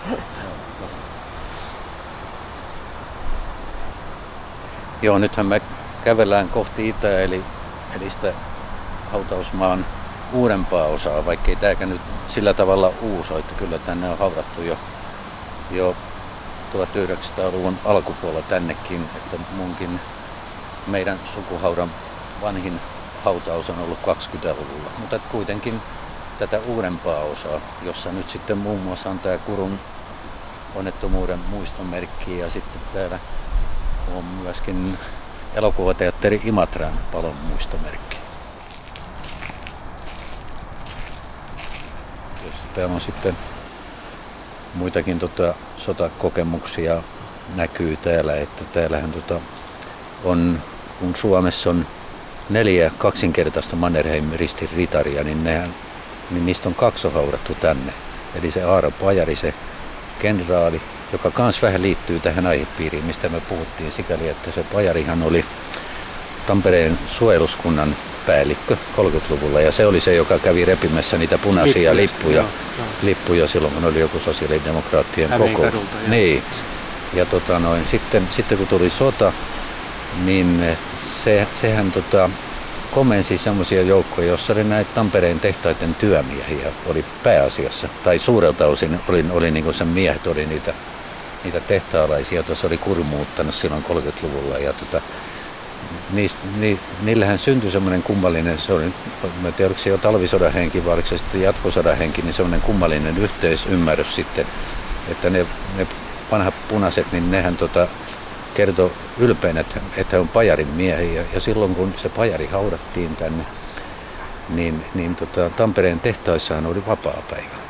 Speaker 5: Joo, nythän me kävellään kohti itää, eli, eli sitä hautausmaan uudempaa osaa, vaikkei tämäkään nyt sillä tavalla uusi, että kyllä tänne on haudattu jo, jo tuhatyhdeksänsataaluvun alkupuolella tännekin, että munkin meidän sukuhaudan vanhin hautaus on ollut kaksikymmentäluvulla, mutta kuitenkin tätä uudempaa osaa, jossa nyt sitten muun muassa on tämä Kurun onnettomuuden muistomerkki ja sitten täällä on myöskin elokuvateatteri Imatran palon muistomerkki. Täällä on sitten muitakin tota, sotakokemuksia näkyy täällä, että täällähän tota, on, kun Suomessa on neljä kaksinkertaista Mannerheimin ristin ritaria, niin, nehän, niin niistä on kaksi on haudattu tänne. Eli se Aaro Pajari, se kenraali, joka kans vähän liittyy tähän aihepiiriin, mistä me puhuttiin sikäli, että se Pajarihan oli Tampereen suojeluskunnan päällikkö kolmekymmentäluvulla ja se oli se, joka kävi repimässä niitä punaisia lippuja, joo, joo. lippuja silloin, kun oli joku sosiaalidemokraattien kokous. Niin. Ja tota noin, sitten, sitten kun tuli sota, niin se, sehän tota, komensi semmoisia joukkoja, joissa oli näitä Tampereen tehtaiden työmiehiä, oli pääasiassa, tai suurelta osin oli, oli niin kuin sen miehet, oli niitä, niitä tehtaalaisia, joita se oli kurmuuttanut silloin kolmekymmentäluvulla. Ja tota, Niist, ni, niillähän syntyi semmoinen kummallinen, se oli, mä en tiedä, oliko se jo talvisodan henki vai oliko se sitten jatkosodan henki, niin semmoinen kummallinen yhteisymmärrys sitten, että ne, ne vanhat punaiset, niin nehän tota, kertoi ylpeänä, että, että he on Pajarin miehiä ja silloin kun se Pajari haudattiin tänne, niin, niin tota, Tampereen tehtaissahan oli vapaapäivä.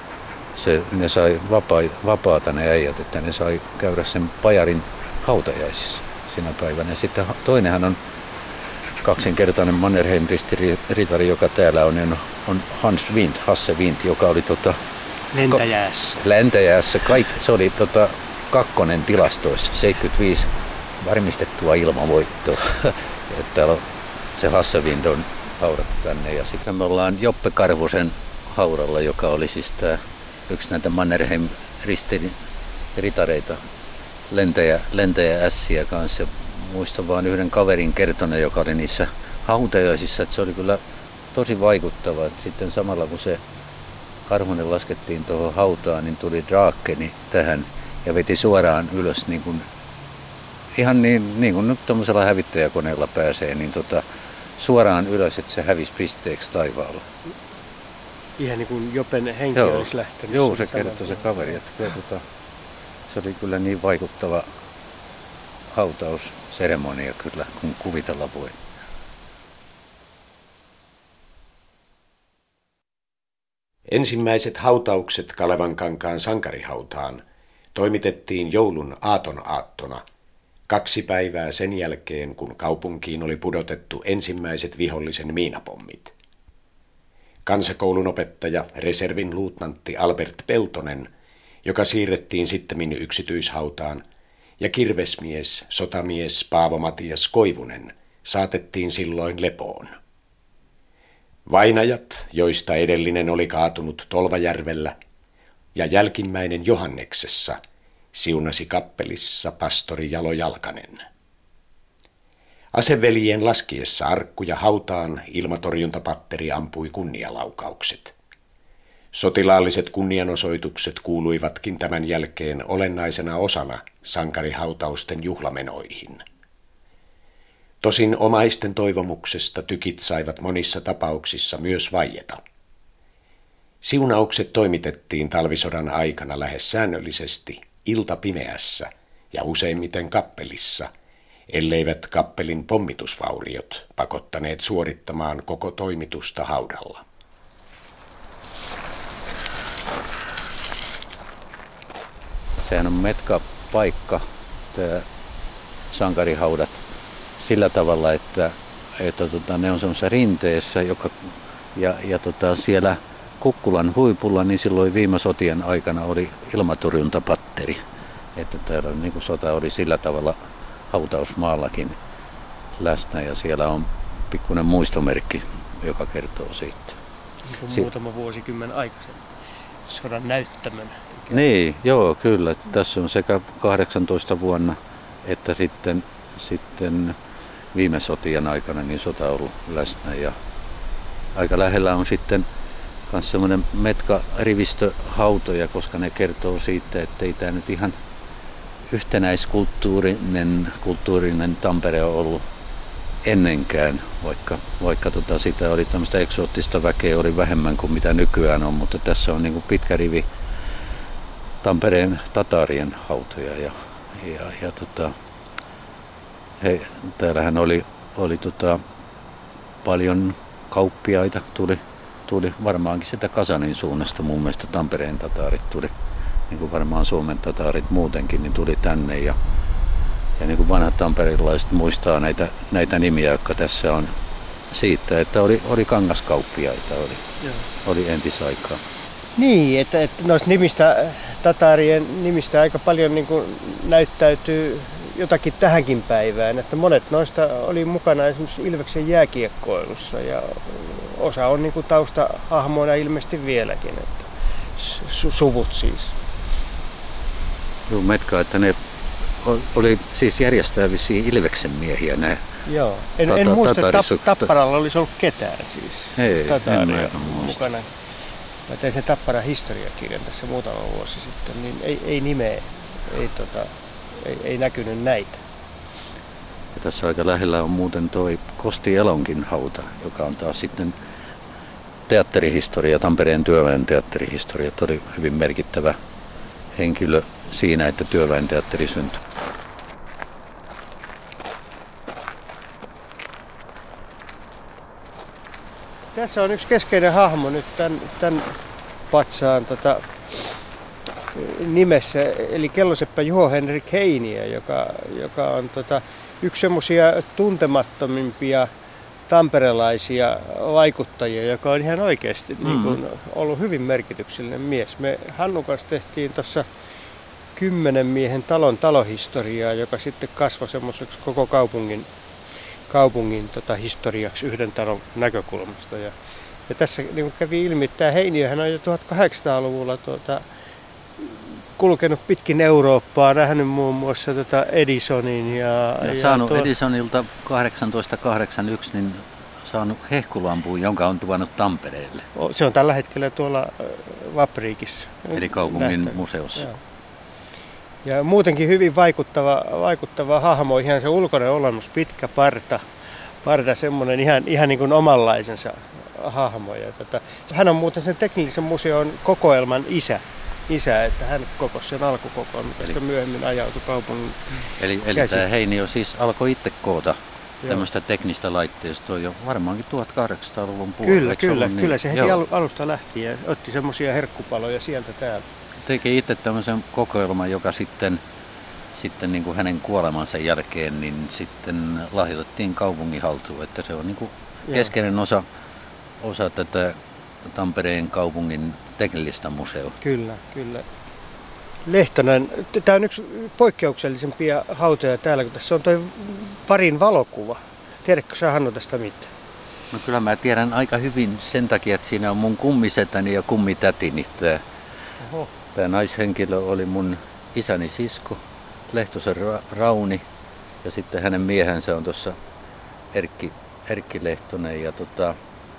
Speaker 5: se, ne sai vapaa, vapaata ne äijät, että ne sai käydä sen pajarin hautajaisissa sinä päivänä. Ja sitten toinenhan on kaksinkertainen Mannerheim-ristiritari, joka täällä on, on Hans Wind, Hasse Wind, joka oli tota,
Speaker 6: lentäjäässä.
Speaker 5: Lentäjäässä. Kaikki, se oli tota, kakkonen tilastoissa, seitsemänkymmentäviisi varmistettua ilmavoittoa. Että se Hasse Wind on haudattu tänne. Ja sitten me ollaan Joppe Karvosen haudalla, joka oli siis tää, yksi näitä Mannerheim-ristiritareita, lentäjä, lentäjä ässiä kanssa. Muistan vaan yhden kaverin kertoneen, joka oli niissä hautajaisissa, että se oli kyllä tosi vaikuttava. Että sitten samalla kun se Karhunen laskettiin tuohon hautaan, niin tuli Draakeni tähän ja veti suoraan ylös, niin kuin, ihan niin, niin kuin nyt tuollaisella hävittäjäkoneella pääsee, niin tota, suoraan ylös, että se hävisi pisteeksi taivaalla.
Speaker 6: Ihan niin kuin Jopen henki
Speaker 5: Joo.
Speaker 6: olisi lähtenyt.
Speaker 5: Joo, se kertoi se kaveri, että kyllä, tota, se oli kyllä niin vaikuttava hautausseremonia kyllä, kun kuvitella voi.
Speaker 4: Ensimmäiset hautaukset Kalevankankaan sankarihautaan toimitettiin joulun aatonaattona, kaksi päivää sen jälkeen, kun kaupunkiin oli pudotettu ensimmäiset vihollisen miinapommit. Kansakoulun opettaja, reservin luutnantti Albert Peltonen, joka siirrettiin sittemmin yksityishautaan, ja kirvesmies, sotamies Paavo Matias Koivunen saatettiin silloin lepoon. Vainajat, joista edellinen oli kaatunut Tolvajärvellä, ja jälkimmäinen Johanneksessa, siunasi kappelissa pastori Jalo Jalkanen. Aseveljien laskiessa arkkuja hautaan ilmatorjuntapatteri ampui kunnialaukaukset. Sotilaalliset kunnianosoitukset kuuluivatkin tämän jälkeen olennaisena osana sankarihautausten juhlamenoihin. Tosin omaisten toivomuksesta tykit saivat monissa tapauksissa myös vaieta. Siunaukset toimitettiin talvisodan aikana lähes säännöllisesti iltapimeässä ja useimmiten kappelissa, elleivät kappelin pommitusvauriot pakottaneet suorittamaan koko toimitusta haudalla.
Speaker 5: Sehän on metkapaikka, tämä sankarihaudat, sillä tavalla, että, että tota, ne on semmoisessa rinteessä, joka, ja, ja tota, siellä Kukkulan huipulla, niin silloin viime sotien aikana oli ilmatorjuntapatteri. Että täällä niin kuin sota oli sillä tavalla hautausmaallakin läsnä, ja siellä on pikkuinen muistomerkki, joka kertoo siitä.
Speaker 6: Niin muutama vuosikymmen aikaisemmin sodan näyttämönä.
Speaker 5: Niin, joo, kyllä. Tässä on sekä kahdeksantoista vuonna että sitten, sitten viime sotien aikana niin sota on ollut läsnä. Ja aika lähellä on sitten myös semmoinen metka-rivistöhautoja, koska ne kertoo siitä, että ei tämä nyt ihan yhtenäiskulttuurinen kulttuurinen Tampere on ollut ennenkään, vaikka, vaikka tota sitä oli tämmöistä eksoottista väkeä oli vähemmän kuin mitä nykyään on, mutta tässä on niin kuin pitkä rivi Tampereen tatarien hautoja ja, ja, ja tota, he, täällähän oli, oli tota, paljon kauppiaita, tuli, tuli varmaankin sitä Kasanin suunnasta, mun mielestä Tampereen tataarit tuli, niin kuin varmaan Suomen tataarit muutenkin, niin tuli tänne ja, ja niin kuin vanhat tamperilaiset muistaa näitä, näitä nimiä, jotka tässä on siitä, että oli, oli kangaskauppiaita, oli, oli entisaikaa.
Speaker 6: Niin, että, että noista nimistä, tataarien nimistä aika paljon niin kuin näyttäytyy jotakin tähänkin päivään, että monet noista oli mukana esimerkiksi Ilveksen jääkiekkoilussa ja osa on niin kuin taustahahmoina ilmeisesti vieläkin, että su- suvut siis.
Speaker 5: Joo, metka, että ne oli siis järjestää vissiin Ilveksen miehiä nämä.
Speaker 6: Joo, en,
Speaker 5: tata-
Speaker 6: en muista, että
Speaker 5: tatarisut-
Speaker 6: Tapparalla olisi ollut ketään siis
Speaker 5: Ei,
Speaker 6: tataaria
Speaker 5: en muista.
Speaker 6: mukana. Mä tein sen Tapparan historiakirjan tässä muutama vuosi sitten, niin ei, ei nimeä, ei, tota, ei, ei näkynyt näitä.
Speaker 5: Ja tässä aika lähellä on muuten toi Kosti Elonkin hauta, joka on taas sitten teatterihistoria, Tampereen työväen teatterihistoria. Oli hyvin merkittävä henkilö siinä, että työväen teatteri syntyi.
Speaker 6: Tässä on yksi keskeinen hahmo nyt tämän, tämän patsaan tota, nimessä, eli kelloseppä Juho Henrik Heiniä, joka, joka on tota, yksi semmoisia tuntemattomimpia tamperelaisia vaikuttajia, joka on ihan oikeasti mm. niin kuin, ollut hyvin merkityksellinen mies. Me Hannun kanssa tehtiin tuossa kymmenen miehen talon talohistoriaa, joka sitten kasvoi semmoiseksi koko kaupungin, kaupungin tota, historiaksi yhden talon näkökulmasta. Ja, ja tässä niin kuin kävi ilmi, että tämä Heiniöhän on jo tuhatkahdeksansataaluvulla tuota, kulkenut pitkin Eurooppaa, nähnyt muun muassa tota Edisonin. Ja,
Speaker 5: ja, ja saanut tuo... Edisonilta kahdeksantoista kahdeksankymmentäyksi niin saanut hehkulampuun, jonka on tuonut Tampereelle.
Speaker 6: Se on tällä hetkellä tuolla Vapriikissa.
Speaker 5: Eli kaupungin nähtävä museossa.
Speaker 6: Ja. ja muutenkin hyvin vaikuttava, vaikuttava hahmo, ihan se ulkoinen olemus, pitkä parta, parta semmoinen ihan, ihan niin kuin omanlaisensa hahmo. Ja tota, hän on muuten sen teknillisen museon kokoelman isä. Isä, että hän kokosi sen alkukokoon, mikä sitten myöhemmin ajautui kaupungin
Speaker 5: Eli, eli tämä Heiniö siis alkoi itse koota tämmöistä teknistä laitteistoa jo varmaankin tuhatkahdeksansataaluvun puolella.
Speaker 6: Kyllä, kyllä, niin? Kyllä se heti Joo. alusta lähti ja otti semmoisia herkkupaloja sieltä täällä.
Speaker 5: Teki itse tämmöisen kokoelman, joka sitten, sitten niin kuin hänen kuolemansa jälkeen niin sitten lahjoitettiin kaupungin haltuun, että se on niin kuin keskeinen osa, osa tätä Tampereen kaupungin teknillistä museoa.
Speaker 6: Kyllä, kyllä. Lehtonen, tämä on yksi poikkeuksellisempia hautoja täällä, kun tässä on toi parin valokuva. Tiedätkö sä, Hannu, tästä mitään?
Speaker 5: No kyllä mä tiedän aika hyvin sen takia, että siinä on mun kummisetäni ja kummitätini. Tämä, tämä naishenkilö oli mun isäni sisko, Lehtosen Rauni, ja sitten hänen miehensä on tuossa Erkki, Erkki Lehtonen. Ja tota,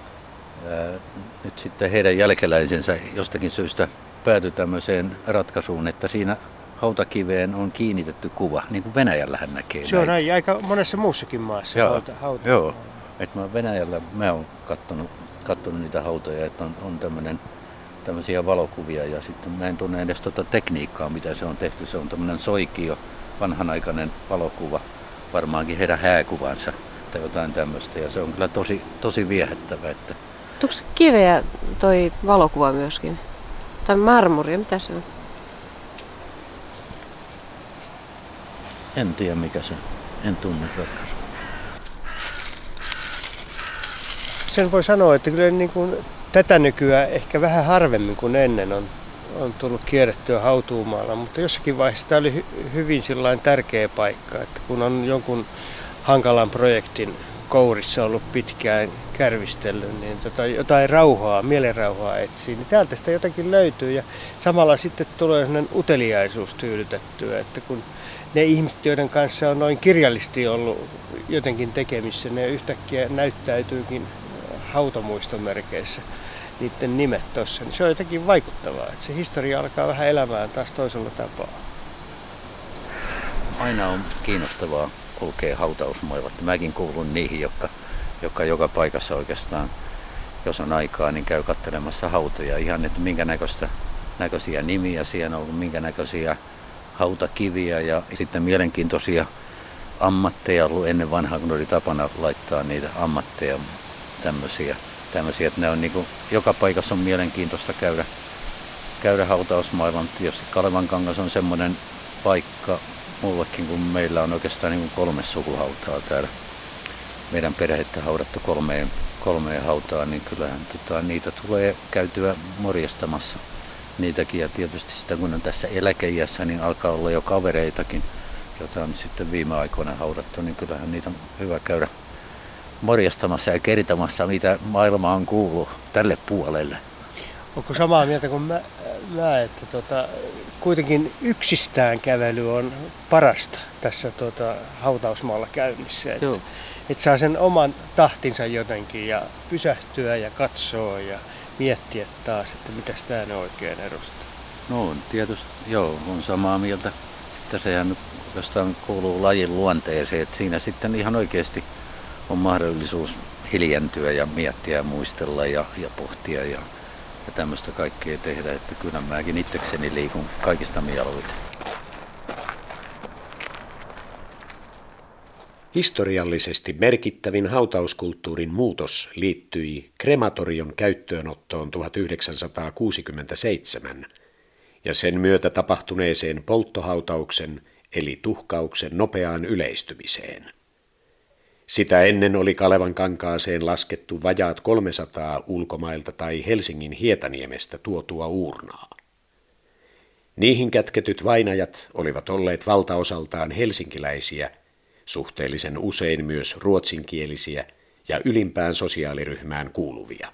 Speaker 5: ää, nyt sitten heidän jälkeläisensä jostakin syystä päätyi tämmöiseen ratkaisuun, että siinä hautakiveen on kiinnitetty kuva, niin kuin Venäjällähän näkee.
Speaker 6: Se on näin, aika monessa muussakin maassa.
Speaker 5: Joo,
Speaker 6: hauta, hauta.
Speaker 5: joo. Että mä Venäjällä mä oon kattonut, kattonut niitä hautoja, että on, on tämmönen, tämmöisiä valokuvia ja sitten mä en tunne edes tota tekniikkaa, mitä se on tehty. Se on tämmöinen soikio, vanhanaikainen valokuva, varmaankin heidän hääkuvansa tai jotain tämmöistä ja se on kyllä tosi, tosi viehättävä. Että...
Speaker 7: Onko se kiveä toi valokuva myöskin? Tai marmoria, mitä se on?
Speaker 5: En tiedä mikä se on. En tunne ratkaisua.
Speaker 6: Sen voi sanoa, että kyllä niin kuin tätä nykyään ehkä vähän harvemmin kuin ennen on, on tullut kierrettyä Hautuumaalla, mutta jossakin vaiheessa tämä oli hy- hyvin sillain tärkeä paikka, että kun on jonkun hankalan projektin kourissa ollut pitkään kärvistellyt, niin tota, jotain rauhaa, mielenrauhaa etsii, niin täältä sitä jotakin löytyy ja samalla sitten tulee sellainen uteliaisuus tyydytettyä, että kun ne ihmiset, joiden kanssa on noin kirjallisesti ollut jotenkin tekemissä, ne yhtäkkiä näyttäytyykin hautamuistomerkeissä niiden nimet tuossa, niin se on jotenkin vaikuttavaa, että se historia alkaa vähän elämään taas toisella tapaa.
Speaker 5: Aina on kiinnostavaa kulkee hautausmailla. Mäkin kuulun niihin, jotka, jotka joka paikassa oikeastaan, jos on aikaa, niin käy katselemassa hautoja. Ihan, että minkä näköistä, näköisiä nimiä siellä on ollut, minkä näköisiä hautakiviä ja sitten mielenkiintoisia ammatteja ollut ennen vanhaa, kun oli tapana laittaa niitä ammatteja, tämmöisiä. tämmöisiä että ne on niin kuin, joka paikassa on mielenkiintoista käydä, käydä hautausmailla. Tietysti Kalevankangas on semmoinen paikka, mullekin, kun meillä on oikeastaan niin kuin kolme sukuhautaa täällä. Meidän perhettä haudattu kolmeen, kolmeen hautaan, niin kyllähän tota, niitä tulee käytyä morjastamassa niitäkin. Ja tietysti sitä kun on tässä eläkeiässä, niin alkaa olla jo kavereitakin, joita on sitten viime aikoina haudattu, niin kyllähän niitä on hyvä käydä morjastamassa ja kertomassa, mitä maailma on kuullut tälle puolelle.
Speaker 6: Onko samaa mieltä kuin mä, mä että tota, kuitenkin yksistään kävely on parasta tässä tota, hautausmaalla käynnissä. Että et saa sen oman tahtinsa jotenkin ja pysähtyä ja katsoa ja miettiä taas, että mitä tämä ne oikein edustaa.
Speaker 5: No on tietysti, joo, on samaa mieltä. Että sehän jostain kuuluu lajin luonteeseen, että siinä sitten ihan oikeasti on mahdollisuus hiljentyä ja miettiä ja muistella ja, ja pohtia ja Ja tämmöistä kaikkea tehdä, että kyllä mäkin itsekseni liikun kaikista mieluiten.
Speaker 4: Historiallisesti merkittävin hautauskulttuurin muutos liittyi krematorion käyttöönottoon tuhatyhdeksänsataakuusikymmentäseitsemän, ja sen myötä tapahtuneeseen polttohautauksen eli tuhkauksen nopeaan yleistymiseen. Sitä ennen oli Kalevankankaaseen laskettu vajaat kolmesataa ulkomailta tai Helsingin Hietaniemestä tuotua uurnaa. Niihin kätketyt vainajat olivat olleet valtaosaltaan helsinkiläisiä, suhteellisen usein myös ruotsinkielisiä ja ylimpään sosiaaliryhmään kuuluvia.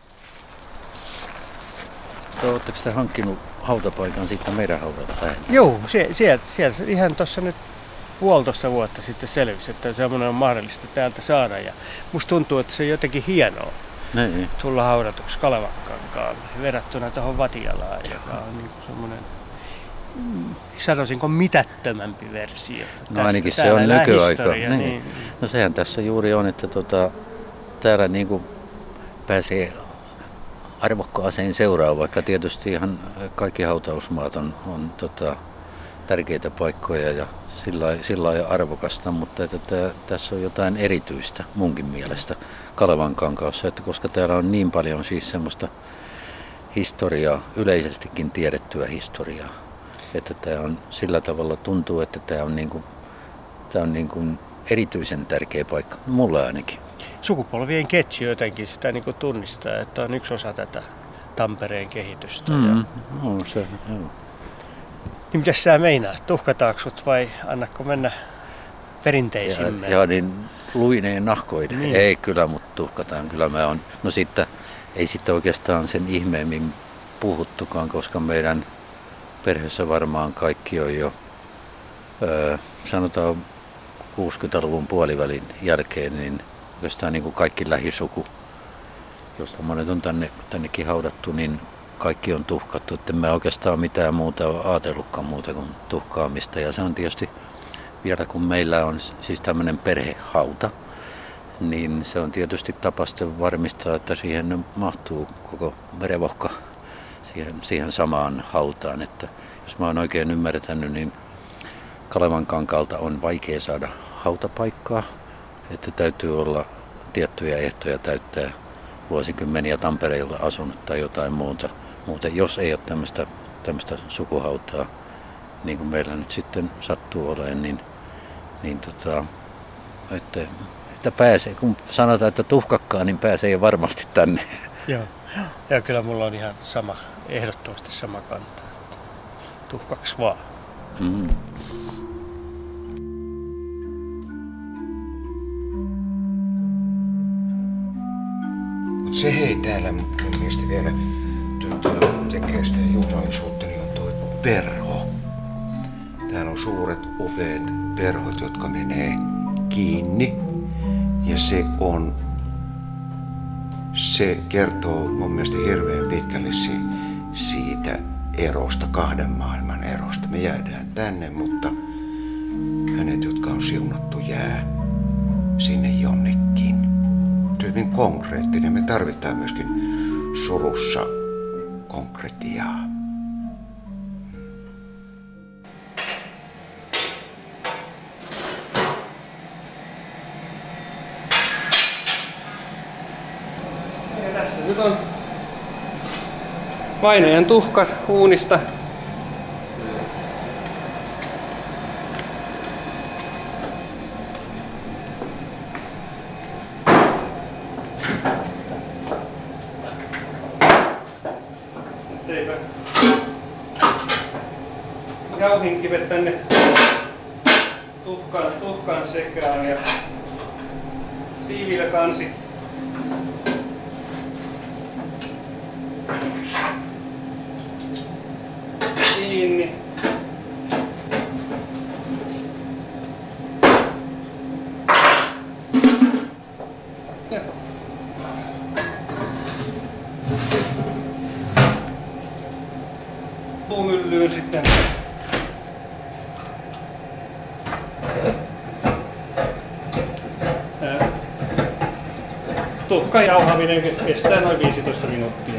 Speaker 5: Oletteko te hankkinut hautapaikan siitä meidän haudalta päin?
Speaker 6: Joo, sieltä, sieltä, sieltä ihan tuossa nyt puolitoista vuotta sitten selvisi, että semmoinen on mahdollista täältä saada. Ja musta tuntuu, että se on jotenkin hienoa
Speaker 5: Niin.
Speaker 6: tulla haudatuksi Kalevankankaalle verrattuna tuohon Vatialaan, joka on niin kuin semmoinen, sanoisinko, mitättömämpi versio.
Speaker 5: No ainakin se on nykyaika. Niin. Niin. No sehän tässä juuri on, että tota, täällä niin kuin pääsee arvokkaaseen seuraan, vaikka tietysti ihan kaikki hautausmaat on, on tota, tärkeitä paikkoja ja sillä lailla arvokasta, mutta että tää, tässä on jotain erityistä munkin mielestä Kalevankankaassa, että koska täällä on niin paljon siis semmoista historiaa, yleisestikin tiedettyä historiaa, että tämä on sillä tavalla tuntuu, että tämä on, niinku, tää on niinku erityisen tärkeä paikka, mulle ainakin.
Speaker 6: Sukupolvien ketju jotenkin sitä niin kuin tunnistaa, että on yksi osa tätä Tampereen kehitystä.
Speaker 5: Mm,
Speaker 6: ja...
Speaker 5: no, se, joo.
Speaker 6: Niin mitäs sä meinaat? Tuhkataanko sut vai annatko mennä perinteisimmään?
Speaker 5: Ja, ja niin luineen nahkoinen.
Speaker 6: Niin.
Speaker 5: Ei kyllä, mutta tuhkataan. Kyllä mä on. No sitten ei sitten oikeastaan sen ihmeemmin puhuttukaan, koska meidän perheessä varmaan kaikki on jo, öö, sanotaan kuusikymmentäluvun puolivälin jälkeen, niin oikeastaan niin kuin kaikki lähisuku, josta monet on tänne, tännekin haudattu, niin kaikki on tuhkattu. Että mä oikeastaan mitään muuta ole ajatellutkaan muuta kuin tuhkaamista. Ja se on tietysti vielä, kun meillä on siis tämmöinen perhehauta, niin se on tietysti tapa sitten varmistaa, että siihen mahtuu koko revohka siihen, siihen samaan hautaan. Että jos mä oon oikein ymmärtänyt, niin Kalevankankaalta on vaikea saada hautapaikkaa, että täytyy olla tiettyjä ehtoja täyttää vuosikymmeniä Tampereella asunut tai jotain muuta. Muuten jos ei ole tämmöistä, tämmöistä sukuhautaa, niin kuin meillä nyt sitten sattuu olemaan, niin, niin tota, että, että pääsee, kun sanotaan, että tuhkakkaa, niin pääsee varmasti tänne.
Speaker 6: Joo, ja kyllä mulla on ihan sama, ehdottomasti sama kanta, että tuhkaks vaan.
Speaker 5: Mm.
Speaker 2: Se hei täällä mun mielestä vielä tuota, tekee sitä juhlallisuutta, niin on toi perho. Täällä on suuret upeat perhot, jotka menee kiinni. Ja se on, se kertoo mun mielestä hirveän pitkälle siitä erosta, kahden maailman erosta. Me jäädään tänne, mutta hänet, jotka on siunattu, jää sinne jonnekin. Hyvin konkreettinen. Me tarvitaan myöskin surussa konkretiaa.
Speaker 3: Ja tässä nyt on vainajan tuhkat uunista. Jauhinkivet tänne tuhkan, tuhkan sekaan ja siivillä kansi. Kiinni. Ja. Puumyllyyn sitten. Tuhkan jauhaminen kestää noin viisitoista minuuttia.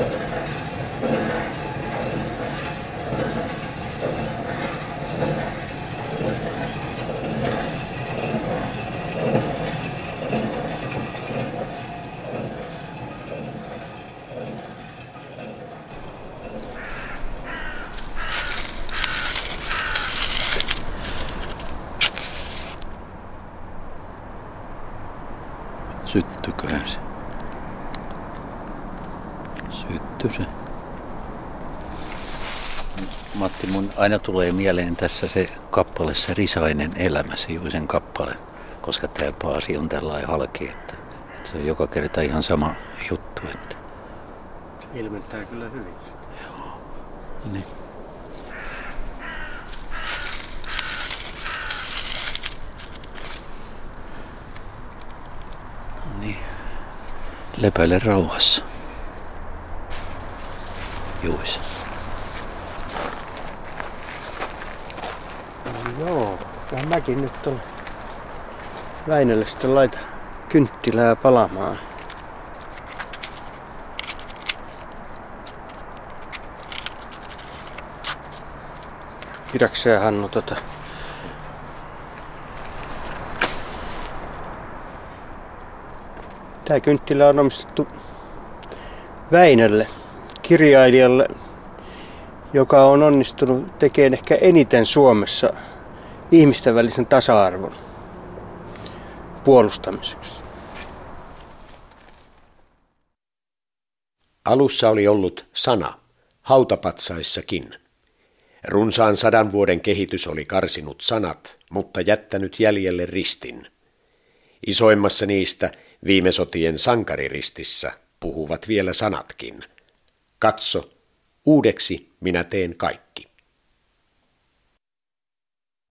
Speaker 5: Syttyköhän se? Sytty se. Matti, mun aina tulee mieleen tässä se kappale, se Risainen elämä, se Juisen kappale, koska tämä Paasi on tällainen halki, että, että se on joka kerta ihan sama juttu. Että.
Speaker 6: Se ilmentää kyllä hyvin.
Speaker 5: Joo. Niin. Niin. Lepäile rauhassa. Juis.
Speaker 6: No joo, kyllä mäkin nyt tuolla Väinölle sitten laita kynttilää palamaan. Pidäkseen Hannu tota... Tää kynttilä on omistettu Väinölle, kirjailijalle, joka on onnistunut tekemään ehkä eniten Suomessa ihmisten välisen tasa-arvon puolustamiseksi.
Speaker 4: Alussa oli ollut sana, hautapatsaissakin. Runsaan sadan vuoden kehitys oli karsinut sanat, mutta jättänyt jäljelle ristin. Isoimmassa niistä, viime sotien sankariristissä, puhuvat vielä sanatkin. Katso, uudeksi minä teen kaikki.